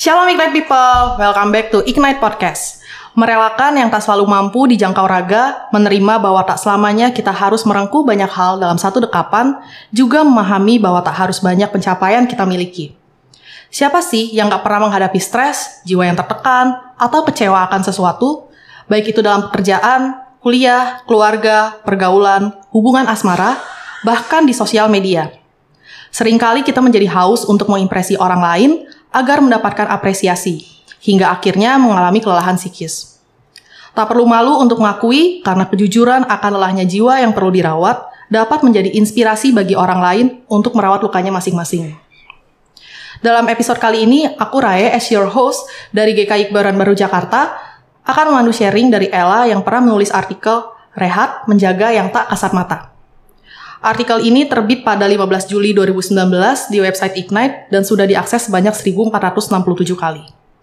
Shalom Ignite People, welcome back to Ignite Podcast. Merelakan yang tak selalu mampu dijangkau raga, menerima bahwa tak selamanya kita harus merengkuh banyak hal dalam satu dekapan, juga memahami bahwa tak harus banyak pencapaian kita miliki. Siapa sih yang gak pernah menghadapi stres, jiwa yang tertekan, atau kecewa akan sesuatu, baik itu dalam pekerjaan, kuliah, keluarga, pergaulan, hubungan asmara, bahkan di sosial media. Seringkali kita menjadi haus untuk mengimpresi orang lain agar mendapatkan apresiasi, hingga akhirnya mengalami kelelahan psikis. Tak perlu malu untuk mengakui karena kejujuran akan lelahnya jiwa yang perlu dirawat dapat menjadi inspirasi bagi orang lain untuk merawat lukanya masing-masing. Dalam episode kali ini, aku Rae as your host dari GKI Kebayoran Baru Jakarta akan memandu sharing dari Ella yang pernah menulis artikel Rehat Menjaga Yang Tak Kasat Mata. Artikel ini terbit pada 15 Juli 2019 di website Ignite dan sudah diakses sebanyak 1.467 kali.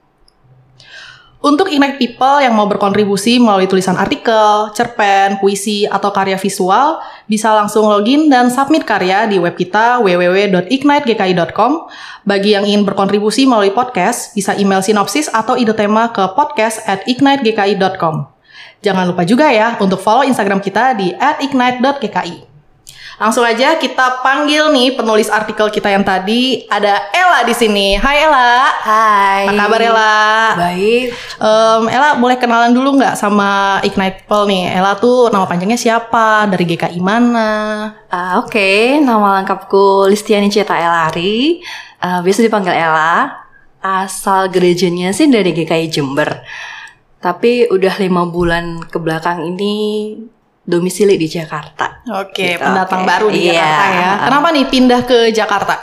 Untuk Ignite People yang mau berkontribusi melalui tulisan artikel, cerpen, puisi, atau karya visual, bisa langsung login dan submit karya di web kita www.ignitegki.com. Bagi yang ingin berkontribusi melalui podcast, bisa email sinopsis atau ide tema ke podcast@ignitegki.com. Jangan lupa juga ya untuk follow Instagram kita di @ignite.gki. Langsung aja kita panggil nih penulis artikel kita yang tadi, ada Ella di sini. Hai Ella. Hai. Apa kabar Ella? Baik. Ella boleh kenalan dulu nggak sama Ignite People nih? Ella tuh nama panjangnya siapa? Dari GKI mana? Oke. Nama lengkapku Listiani Ceta Elari. Biasa dipanggil Ella. Asal gerejanya sih dari GKI Jember. Tapi udah 5 bulan ke belakang ini domisili di Jakarta. Oke, gitu, pendatang baru di Jakarta ya. Kenapa nih pindah ke Jakarta?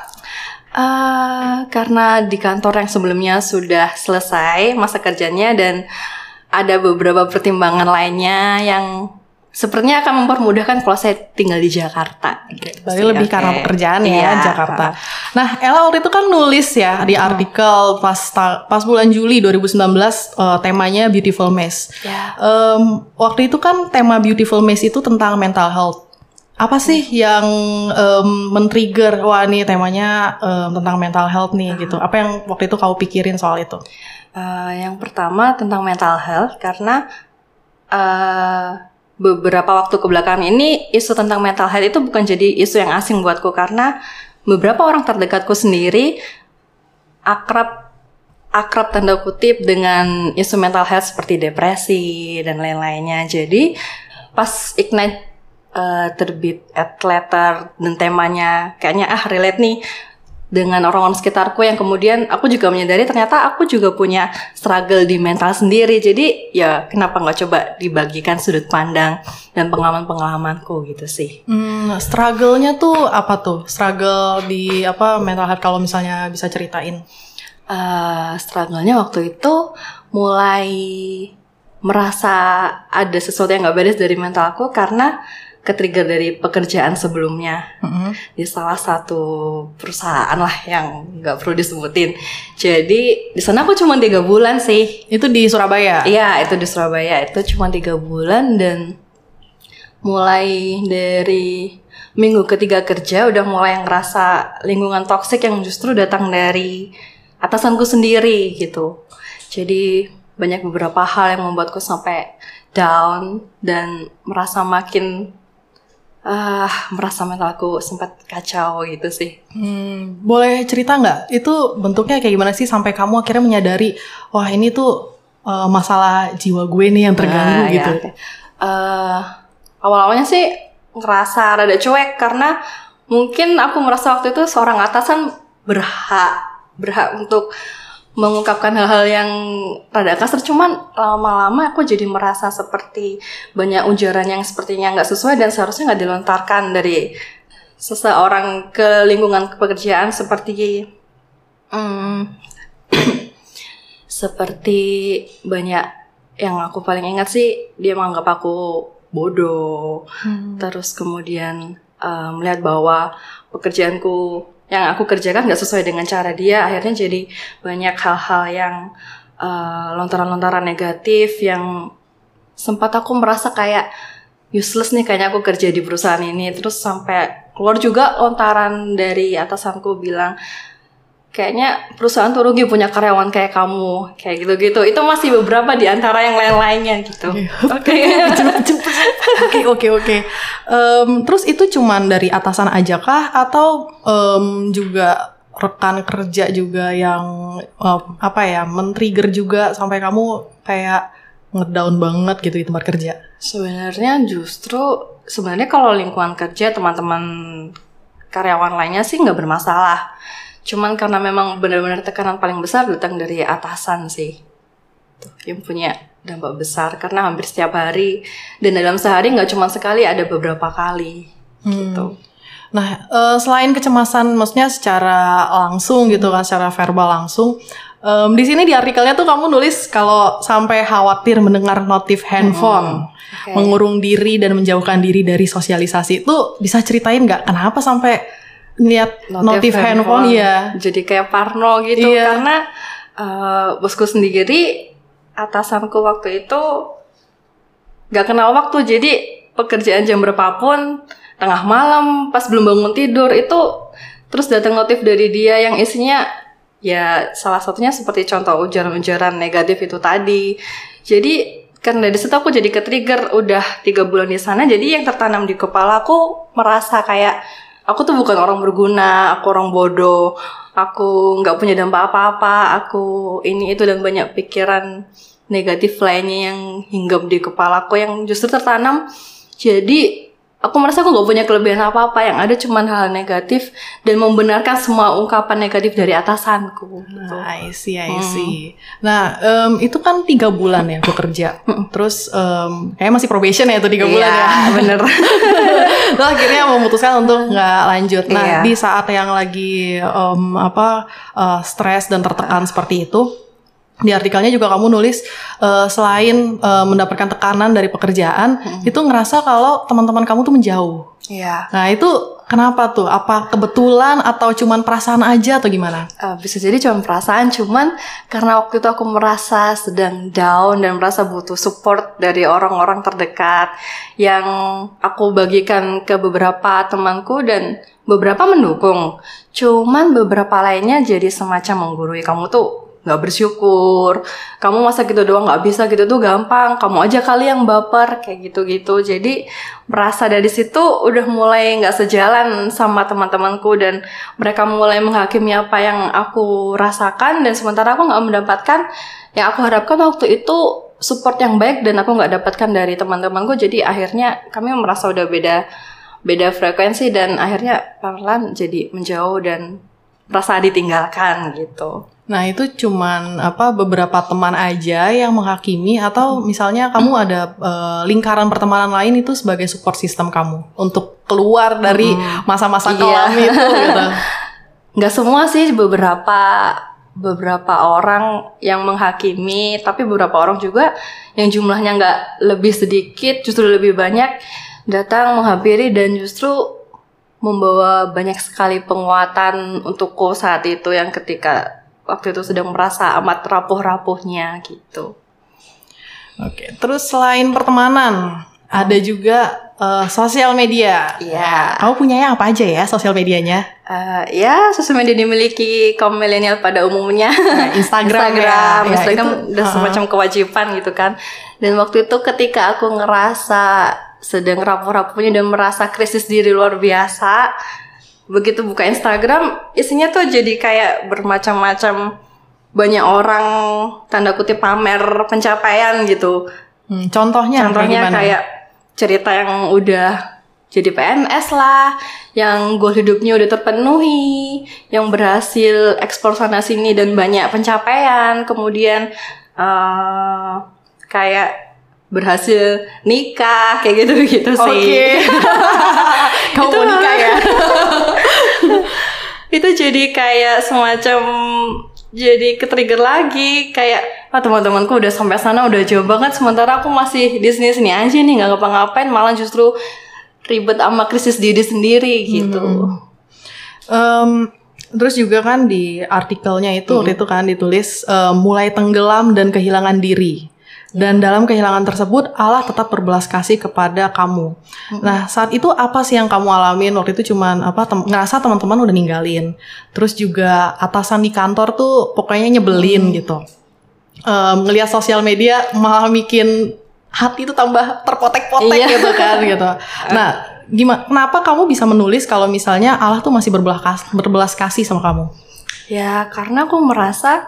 Karena di kantor yang sebelumnya sudah selesai masa kerjanya dan ada beberapa pertimbangan lainnya yang sepertinya akan mempermudahkan kalau saya tinggal di Jakarta. Berarti lebih karena pekerjaan ya Jakarta. Nah, Ella waktu itu kan nulis ya di artikel pas bulan Juli 2019 temanya Beautiful Mess. Waktu itu kan tema Beautiful Mess itu tentang mental health. Apa sih yang men-trigger wah nih temanya tentang mental health nih gitu. Apa yang waktu itu kamu pikirin soal itu? Yang pertama tentang mental health karena beberapa waktu kebelakang ini isu tentang mental health itu bukan jadi isu yang asing buatku karena beberapa orang terdekatku sendiri akrab tanda kutip dengan isu mental health seperti depresi dan lain-lainnya. Jadi pas Ignite terbit letter dan temanya kayaknya relate nih dengan orang-orang sekitarku yang kemudian aku juga menyadari ternyata aku juga punya struggle di mental sendiri. Jadi ya kenapa nggak coba dibagikan sudut pandang dan pengalaman-pengalamanku gitu sih. Struggle-nya tuh apa tuh? Struggle di mental health kalau misalnya bisa ceritain. Struggle-nya waktu itu mulai merasa ada sesuatu yang nggak beres dari mentalku karena ke-trigger dari pekerjaan sebelumnya di salah satu perusahaan lah yang nggak perlu disebutin. Jadi di sana aku cuma 3 bulan sih. Itu di Surabaya? Iya, itu di Surabaya. Itu cuma 3 bulan dan mulai dari minggu ketiga kerja udah mulai ngerasa lingkungan toksik yang justru datang dari atasanku sendiri gitu. Jadi banyak beberapa hal yang membuatku sampai down dan merasa merasa mentalku sempat kacau gitu sih. Boleh cerita nggak? Itu bentuknya kayak gimana sih sampai kamu akhirnya menyadari wah ini tuh masalah jiwa gue nih yang terganggu gitu. Awal-awalnya sih ngerasa rada cuek karena mungkin aku merasa waktu itu seorang atasan berhak untuk mengungkapkan hal-hal yang rada kasar, cuman lama-lama aku jadi merasa seperti banyak ujaran yang sepertinya nggak sesuai dan seharusnya nggak dilontarkan dari seseorang ke lingkungan pekerjaan seperti seperti banyak yang aku paling ingat sih dia menganggap aku bodoh, terus kemudian melihat bahwa pekerjaanku yang aku kerjakan nggak sesuai dengan cara dia, akhirnya jadi banyak hal-hal yang lontaran-lontaran negatif yang sempat aku merasa kayak useless nih kayaknya aku kerja di perusahaan ini. Terus sampai keluar juga lontaran dari atasanku bilang kayaknya perusahaan tuh rugi punya karyawan kayak kamu, kayak gitu-gitu. Itu masih beberapa di antara yang lain-lainnya gitu. Oke. Terus itu cuman dari atasan aja kah atau juga rekan kerja juga yang men-trigger juga sampai kamu kayak ngedown banget gitu di tempat kerja? Sebenarnya kalau lingkungan kerja teman-teman karyawan lainnya sih nggak bermasalah. Cuman karena memang benar-benar tekanan paling besar datang dari atasan sih. Tuh, yang punya dampak besar karena hampir setiap hari dan dalam sehari nggak cuma sekali, ada beberapa kali gitu. Nah, selain kecemasan maksudnya secara langsung gitu kan, secara verbal langsung, di sini di artikelnya tuh kamu nulis kalau sampai khawatir mendengar notif handphone, mengurung diri dan menjauhkan diri dari sosialisasi. Itu bisa ceritain nggak kenapa sampai lihat notif handphone ya? Jadi kayak parno gitu karena bosku sendiri, atasanku waktu itu gak kenal waktu. Jadi pekerjaan jam berapapun, tengah malam pas belum bangun tidur itu terus datang notif dari dia yang isinya ya salah satunya seperti contoh ujaran-ujaran negatif itu tadi. Jadi karena dari situ aku jadi ke-trigger. Udah 3 bulan di sana, jadi yang tertanam di kepala aku merasa kayak aku tuh bukan orang berguna, aku orang bodoh, aku nggak punya dampak apa-apa, aku ini itu, dan banyak pikiran negatif lainnya yang hinggap di kepalaku yang justru tertanam. Jadi aku merasa aku nggak punya kelebihan apa-apa, yang ada cuma hal negatif dan membenarkan semua ungkapan negatif dari atasanku. Gitu. I see. Nah, itu kan 3 bulan ya bekerja. Terus kayak masih probation ya itu 3 bulan ya. Bener. Terus akhirnya memutuskan untuk nggak lanjut. Nah, di saat yang lagi stres dan tertekan seperti itu, di artikelnya juga kamu nulis selain mendapatkan tekanan dari pekerjaan, itu ngerasa kalau teman-teman kamu tuh menjauh. Iya. Nah itu kenapa tuh? Apa kebetulan atau cuman perasaan aja atau gimana? Bisa jadi cuma perasaan, cuman karena waktu itu aku merasa sedang down dan merasa butuh support dari orang-orang terdekat yang aku bagikan ke beberapa temanku dan beberapa mendukung. Cuman beberapa lainnya jadi semacam menggurui, kamu tuh nggak bersyukur, kamu masa gitu doang nggak bisa, gitu tuh gampang, kamu aja kali yang baper, kayak gitu-gitu. Jadi merasa dari situ udah mulai nggak sejalan sama teman-temanku dan mereka mulai menghakimi apa yang aku rasakan, dan sementara aku nggak mendapatkan yang aku harapkan waktu itu, support yang baik, dan aku nggak dapatkan dari teman-temanku. Jadi akhirnya kami merasa udah beda frekuensi dan akhirnya pelan-pelan jadi menjauh dan merasa ditinggalkan gitu. Nah itu cuman beberapa teman aja yang menghakimi atau misalnya kamu ada lingkaran pertemanan lain itu sebagai support system kamu untuk keluar dari masa-masa kelam itu gitu? Nggak semua sih, beberapa orang yang menghakimi, tapi beberapa orang juga yang jumlahnya nggak lebih sedikit, justru lebih banyak datang menghampiri dan justru membawa banyak sekali penguatan untukku saat itu, yang ketika waktu itu sedang merasa amat rapuh-rapuhnya gitu. Oke, terus selain pertemanan, ada juga sosial media. Iya. Kamu punyanya apa aja ya sosial medianya? Sosial media dimiliki kaum milenial pada umumnya. Instagram udah semacam kewajiban gitu kan. Dan waktu itu ketika aku ngerasa sedang rapuh-rapuhnya dan merasa krisis diri luar biasa, begitu buka Instagram, isinya tuh jadi kayak bermacam-macam, banyak orang tanda kutip pamer pencapaian gitu. Contohnya kayak cerita yang udah jadi PNS lah, yang goal hidupnya udah terpenuhi, yang berhasil ekspor sana sini dan banyak pencapaian, kemudian kayak berhasil nikah, kayak gitu-gitu sih. Oke. Kamu mau nikah ya? Itu jadi kayak semacam jadi ke-trigger lagi, kayak teman-temanku udah sampai sana, udah jauh banget, sementara aku masih di sini-sini aja nih, nggak ngapa-ngapain, malah justru ribet sama krisis diri sendiri gitu. Terus juga kan di artikelnya itu waktu itu kan ditulis mulai tenggelam dan kehilangan diri. Dan dalam kehilangan tersebut, Allah tetap berbelas kasih kepada kamu. Nah, saat itu apa sih yang kamu alamin? Waktu itu cuman ngerasa teman-teman udah ninggalin. Terus juga atasan di kantor tuh pokoknya nyebelin gitu. Ngelihat sosial media malah bikin hati itu tambah terpotek-potek gitu kan gitu. Nah, kenapa kamu bisa menulis kalau misalnya Allah tuh masih berbelas kasih sama kamu? Ya, karena aku merasa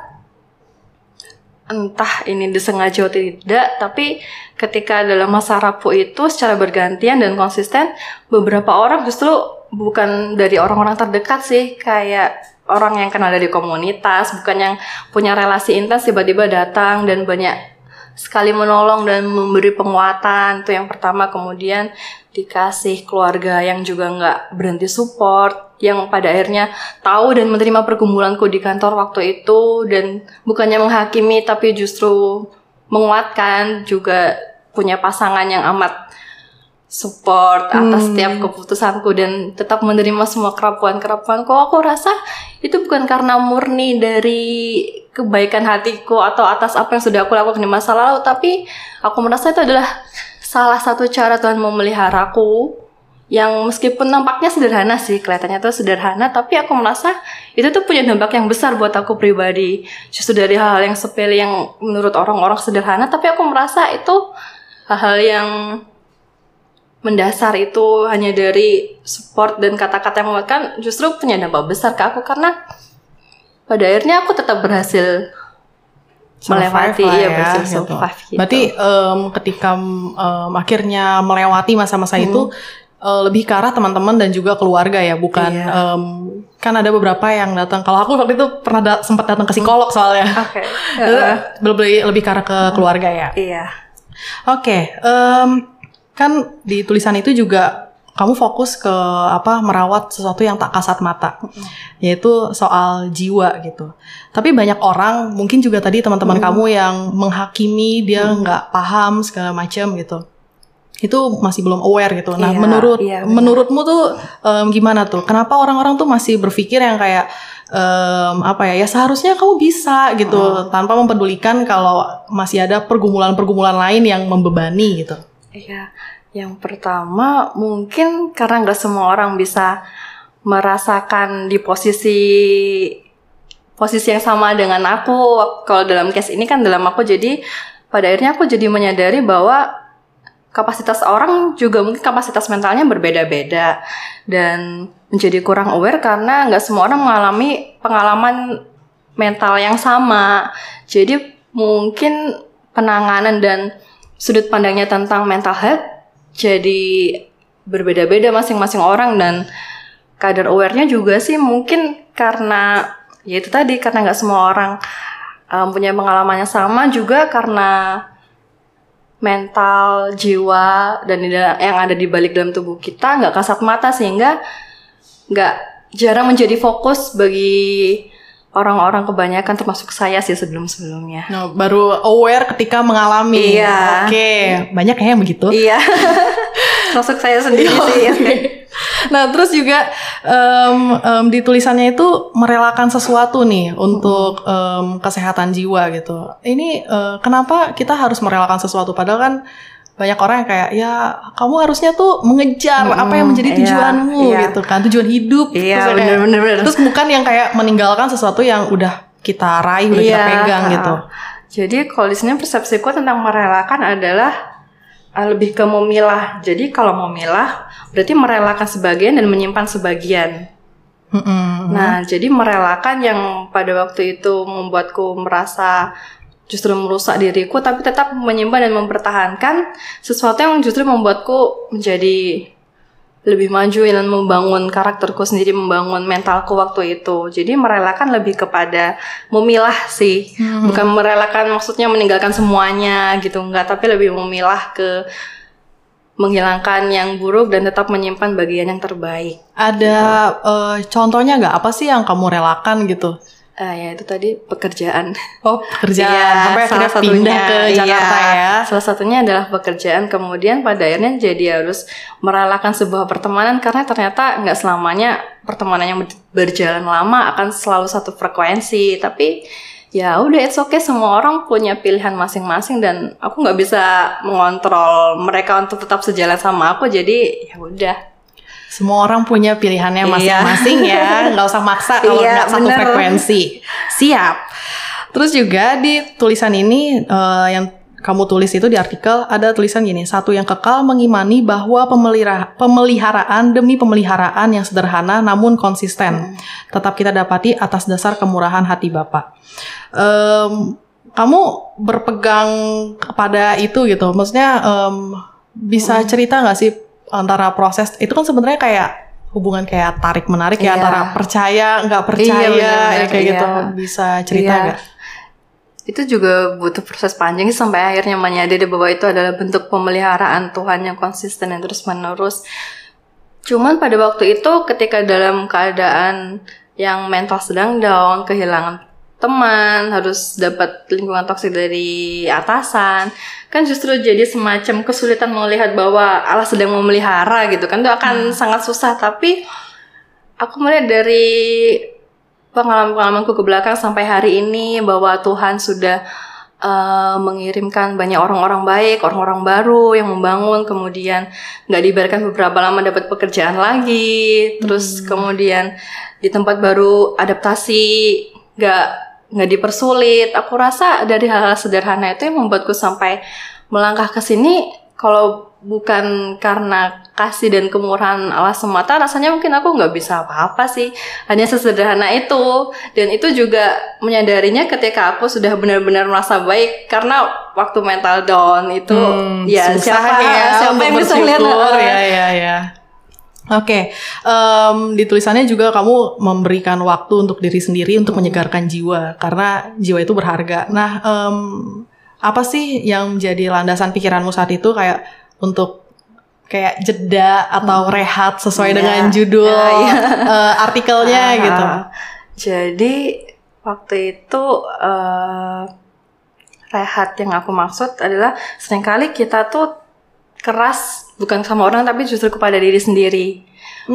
entah ini disengaja atau tidak, tapi ketika dalam masa rapuh itu secara bergantian dan konsisten, beberapa orang justru bukan dari orang-orang terdekat sih, kayak orang yang kenal dari komunitas, bukan yang punya relasi intens, tiba-tiba datang dan banyak sekali menolong dan memberi penguatan. Itu yang pertama. Kemudian dikasih keluarga yang juga nggak berhenti support, yang pada akhirnya tahu dan menerima pergumulanku di kantor waktu itu, dan bukannya menghakimi tapi justru menguatkan, juga punya pasangan yang amat support atas setiap keputusanku dan tetap menerima semua kerapuan-kerapuanku. Aku rasa itu bukan karena murni dari kebaikan hatiku atau atas apa yang sudah aku lakukan di masa lalu, tapi aku merasa itu adalah salah satu cara Tuhan memeliharaku, yang meskipun nampaknya sederhana sih, kelihatannya tuh sederhana, tapi aku merasa itu tuh punya dampak yang besar buat aku pribadi. Justru dari hal-hal yang sepele yang menurut orang-orang sederhana, tapi aku merasa itu hal-hal yang mendasar, itu hanya dari support dan kata-kata yang menguatkan, justru punya dampak besar ke aku, karena pada akhirnya aku tetap berhasil melewati survive gitu. Berarti ketika akhirnya melewati masa-masa itu lebih ke arah teman-teman dan juga keluarga ya, bukan kan ada beberapa yang datang. Kalau aku waktu itu pernah sempat datang ke psikolog soalnya. Lebih ke arah ke keluarga ya. Iya. Oke, kan di tulisan itu juga kamu fokus ke merawat sesuatu yang tak kasat mata, yaitu soal jiwa gitu. Tapi banyak orang, mungkin juga tadi teman-teman kamu yang menghakimi, dia nggak paham segala macam gitu. Itu masih belum aware gitu. Nah, menurutmu tuh gimana tuh? Kenapa orang-orang tuh masih berpikir yang kayak ya seharusnya kamu bisa gitu, tanpa mempedulikan kalau masih ada pergumulan-pergumulan lain yang membebani gitu? Iya, yang pertama mungkin karena nggak semua orang bisa merasakan di posisi yang sama dengan aku. Kalau dalam case ini kan dalam aku, jadi pada akhirnya aku jadi menyadari bahwa kapasitas orang juga mungkin kapasitas mentalnya berbeda-beda, dan menjadi kurang aware karena nggak semua orang mengalami pengalaman mental yang sama. Jadi mungkin penanganan dan sudut pandangnya tentang mental health jadi berbeda-beda masing-masing orang, dan kadar aware-nya juga sih mungkin karena ya itu tadi, karena nggak semua orang punya pengalaman yang sama, juga karena mental, jiwa, dan yang ada di balik dalam tubuh kita nggak kasat mata, sehingga nggak jarang menjadi fokus bagi orang-orang kebanyakan, termasuk saya sih sebelum-sebelumnya. Nah, baru aware ketika mengalami. Iya. Oke, banyak ya yang begitu. Iya. Termasuk saya sendiri sih. Nah, terus juga di tulisannya itu merelakan sesuatu nih untuk kesehatan jiwa gitu. Ini kenapa kita harus merelakan sesuatu? Padahal kan banyak orang yang kayak, ya kamu harusnya tuh mengejar apa yang menjadi tujuanmu gitu kan, tujuan hidup. Iya, bener. Terus bukan yang kayak meninggalkan sesuatu yang udah kita raih, udah kita pegang gitu. Jadi kalau di sini persepsiku tentang merelakan adalah lebih ke memilah. Jadi kalau memilah berarti merelakan sebagian dan menyimpan sebagian. Nah, jadi merelakan yang pada waktu itu membuatku merasa justru merusak diriku, tapi tetap menyimpan dan mempertahankan sesuatu yang justru membuatku menjadi lebih maju dan membangun karakterku sendiri, membangun mentalku waktu itu. Jadi merelakan lebih kepada memilah sih, bukan merelakan maksudnya meninggalkan semuanya gitu, enggak, tapi lebih memilah ke menghilangkan yang buruk dan tetap menyimpan bagian yang terbaik. Ada contohnya nggak, apa sih yang kamu relakan gitu? Ya itu tadi pekerjaan. Oh, pekerjaan. Sampai akhirnya pindah ke Jakarta ya. Salah satunya adalah pekerjaan. Kemudian pada akhirnya jadi harus merelakan sebuah pertemanan, karena ternyata nggak selamanya pertemanan yang berjalan lama akan selalu satu frekuensi. Tapi ya udah it's okay, semua orang punya pilihan masing-masing dan aku nggak bisa mengontrol mereka untuk tetap sejalan sama aku, jadi ya udah. Semua orang punya pilihannya masing-masing ya, nggak usah maksa kalau nggak satu frekuensi. Siap. Terus juga di tulisan ini yang kamu tulis itu di artikel ada tulisan gini, satu yang kekal mengimani bahwa pemeliharaan demi pemeliharaan yang sederhana namun konsisten tetap kita dapati atas dasar kemurahan hati Bapa. Kamu berpegang kepada itu gitu, maksudnya bisa cerita nggak sih antara proses itu kan sebenarnya kayak hubungan kayak tarik menarik ya antara percaya nggak percaya ya kayak gitu, bisa cerita nggak? Itu juga butuh proses panjang sampai akhirnya menyadari bahwa itu adalah bentuk pemeliharaan Tuhan yang konsisten dan terus menerus. Cuman pada waktu itu ketika dalam keadaan yang mental sedang down, kehilangan teman, harus dapat lingkungan toksik dari atasan, kan justru jadi semacam kesulitan melihat bahwa Allah sedang memelihara gitu kan, itu akan sangat susah. Tapi aku melihat dari pengalaman-pengalamanku ke belakang sampai hari ini bahwa Tuhan sudah mengirimkan banyak orang-orang baik, orang-orang baru yang membangun, kemudian nggak dibiarkan beberapa lama dapat pekerjaan lagi, terus kemudian di tempat baru adaptasi nggak dipersulit. Aku rasa dari hal-hal sederhana itu yang membuatku sampai melangkah ke sini. Kalau bukan karena kasih dan kemurahan Allah semata, rasanya mungkin aku nggak bisa apa-apa sih. Hanya sesederhana itu. Dan itu juga menyadarinya ketika aku sudah benar-benar merasa baik. Karena waktu mental down itu ya siapa yang bisa melihat ya. Oke, di tulisannya juga kamu memberikan waktu untuk diri sendiri untuk menyegarkan jiwa, karena jiwa itu berharga. Nah, apa sih yang menjadi landasan pikiranmu saat itu kayak untuk kayak jeda atau rehat sesuai dengan judul artikelnya gitu? Jadi waktu itu rehat yang aku maksud adalah seringkali kita tuh keras bukan sama orang tapi justru kepada diri sendiri.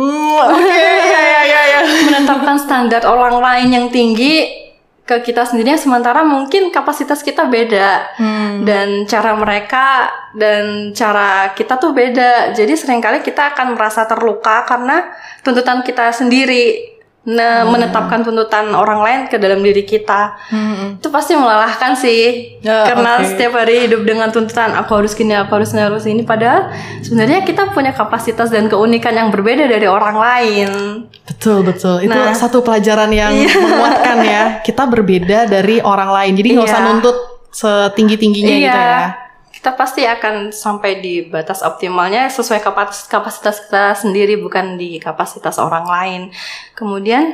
Menetapkan standar orang lain yang tinggi ke kita sendiri, sementara mungkin kapasitas kita beda dan cara mereka dan cara kita tuh beda. Jadi seringkali kita akan merasa terluka karena tuntutan kita sendiri. Menetapkan tuntutan orang lain ke dalam diri kita itu pasti melelahkan sih, karena setiap hari hidup dengan tuntutan aku harus gini, aku harus ini, padahal sebenarnya kita punya kapasitas dan keunikan yang berbeda dari orang lain. Betul itu satu pelajaran yang menguatkan ya, kita berbeda dari orang lain, jadi nggak usah nuntut setinggi-tingginya gitu ya. Kita pasti akan sampai di batas optimalnya sesuai kapasitas kita sendiri, bukan di kapasitas orang lain. Kemudian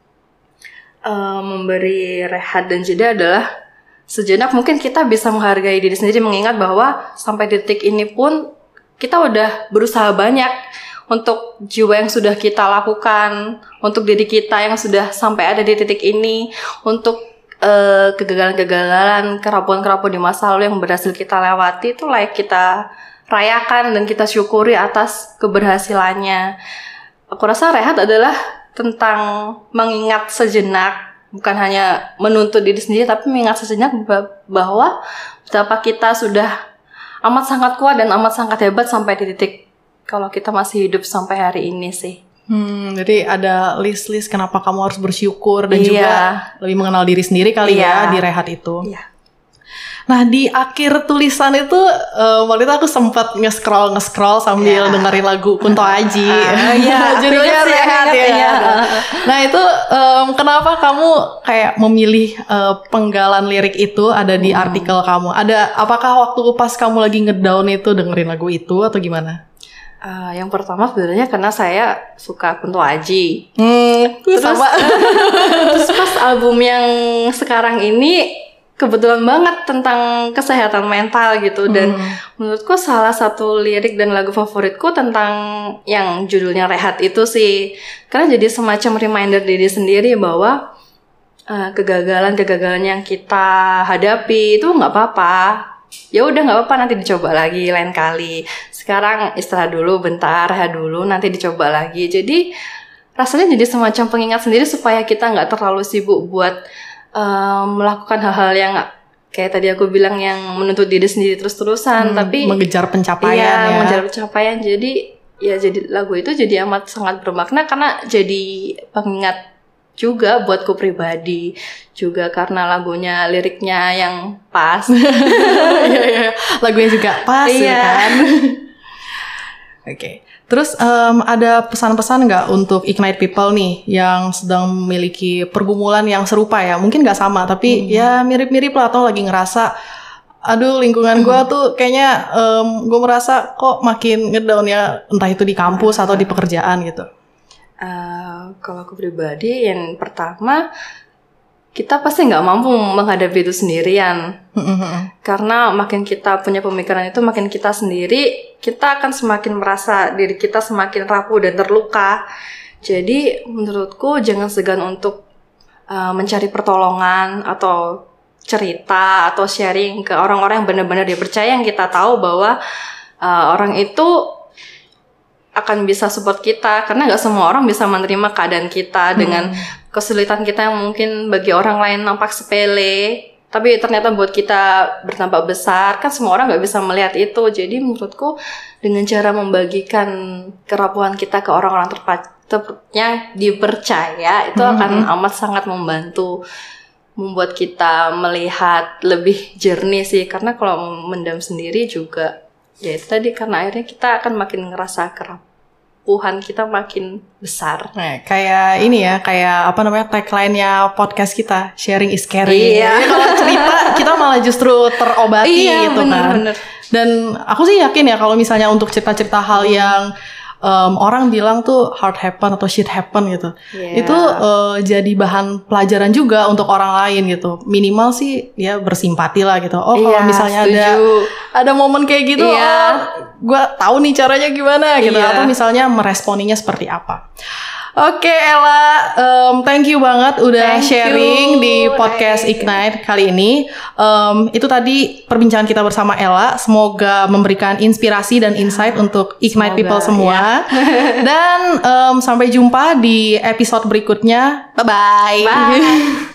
memberi rehat dan jeda adalah sejenak mungkin kita bisa menghargai diri sendiri, mengingat bahwa sampai detik ini pun kita udah berusaha banyak untuk jiwa yang sudah kita lakukan, untuk diri kita yang sudah sampai ada di titik ini, untuk kegagalan-kegagalan, kerapuan-kerapuan di masa lalu yang berhasil kita lewati, itu layak kita rayakan dan kita syukuri atas keberhasilannya. Aku rasa rehat adalah tentang mengingat sejenak, bukan hanya menuntut diri sendiri, tapi mengingat sejenak bahwa betapa kita sudah amat sangat kuat dan amat sangat hebat sampai di titik kalau kita masih hidup sampai hari ini sih. Jadi ada list-list kenapa kamu harus bersyukur dan juga lebih mengenal diri sendiri kali ya di rehat itu. Nah, di akhir tulisan itu waktu itu aku sempat nge-scroll sambil dengerin lagu Kunto Aji. Judulnya rehat ya. Nah, itu kenapa kamu kayak memilih penggalan lirik itu ada di artikel kamu? Apakah waktu pas kamu lagi ngedown itu dengerin lagu itu atau gimana? Yang pertama sebenarnya karena saya suka Kunto Aji. Terus pas album yang sekarang ini kebetulan banget tentang kesehatan mental gitu, dan menurutku salah satu lirik dan lagu favoritku tentang yang judulnya rehat itu sih, karena jadi semacam reminder diri sendiri bahwa kegagalan yang kita hadapi itu nggak apa-apa. Ya udah nggak apa-apa, nanti dicoba lagi lain kali. Sekarang istirahat dulu bentar, rehat dulu, nanti dicoba lagi. Jadi rasanya jadi semacam pengingat sendiri supaya kita nggak terlalu sibuk buat melakukan hal-hal yang kayak tadi aku bilang yang menuntut diri sendiri terus-terusan, tapi mengejar pencapaian ya. Mengejar pencapaian. Jadi lagu itu jadi amat sangat bermakna karena jadi pengingat juga buatku pribadi, juga karena lagunya liriknya yang pas. Iya, lagunya juga pas ya kan. Oke. Terus ada pesan-pesan nggak untuk Ignite People nih yang sedang memiliki pergumulan yang serupa ya? Mungkin nggak sama, tapi ya mirip-mirip lah, atau lagi ngerasa, aduh lingkungan gue tuh kayaknya gue merasa kok makin ngedown ya, entah itu di kampus atau di pekerjaan gitu. Kalau aku pribadi, yang pertama, kita pasti nggak mampu menghadapi itu sendirian. Karena makin kita punya pemikiran itu, makin kita sendiri, kita akan semakin merasa diri kita semakin rapuh dan terluka. Jadi menurutku jangan segan untuk mencari pertolongan atau cerita atau sharing ke orang-orang yang benar-benar dia percaya, yang kita tahu bahwa orang itu akan bisa support kita, karena nggak semua orang bisa menerima keadaan kita dengan kesulitan kita yang mungkin bagi orang lain nampak sepele, tapi ternyata buat kita berdampak besar. Kan semua orang nggak bisa melihat itu. Jadi menurutku dengan cara membagikan kerapuhan kita ke orang-orang yang dipercaya itu akan amat sangat membantu, membuat kita melihat lebih jernih sih. Karena kalau mendam sendiri juga ya itu tadi, karena akhirnya kita akan makin ngerasa kerapuhan kita makin besar. Kayak ini ya, kayak apa namanya tagline-nya podcast kita, sharing is caring. Iya. Kalau cerita kita malah justru terobati gitu kan. Bener. Dan aku sih yakin ya kalau misalnya untuk cerita-cerita hal yang orang bilang tuh hard happen atau shit happen gitu, itu jadi bahan pelajaran juga untuk orang lain gitu. Minimal sih ya bersimpati lah gitu. Oh kalau misalnya ada momen kayak gitu, gue tahu nih caranya gimana gitu, atau misalnya meresponinya seperti apa. Oke Ella, thank you banget udah sharing di podcast Ignite kali ini. Itu tadi perbincangan kita bersama Ella. Semoga memberikan inspirasi dan insight untuk Ignite People semua. Dan sampai jumpa di episode berikutnya. Bye-bye. Bye.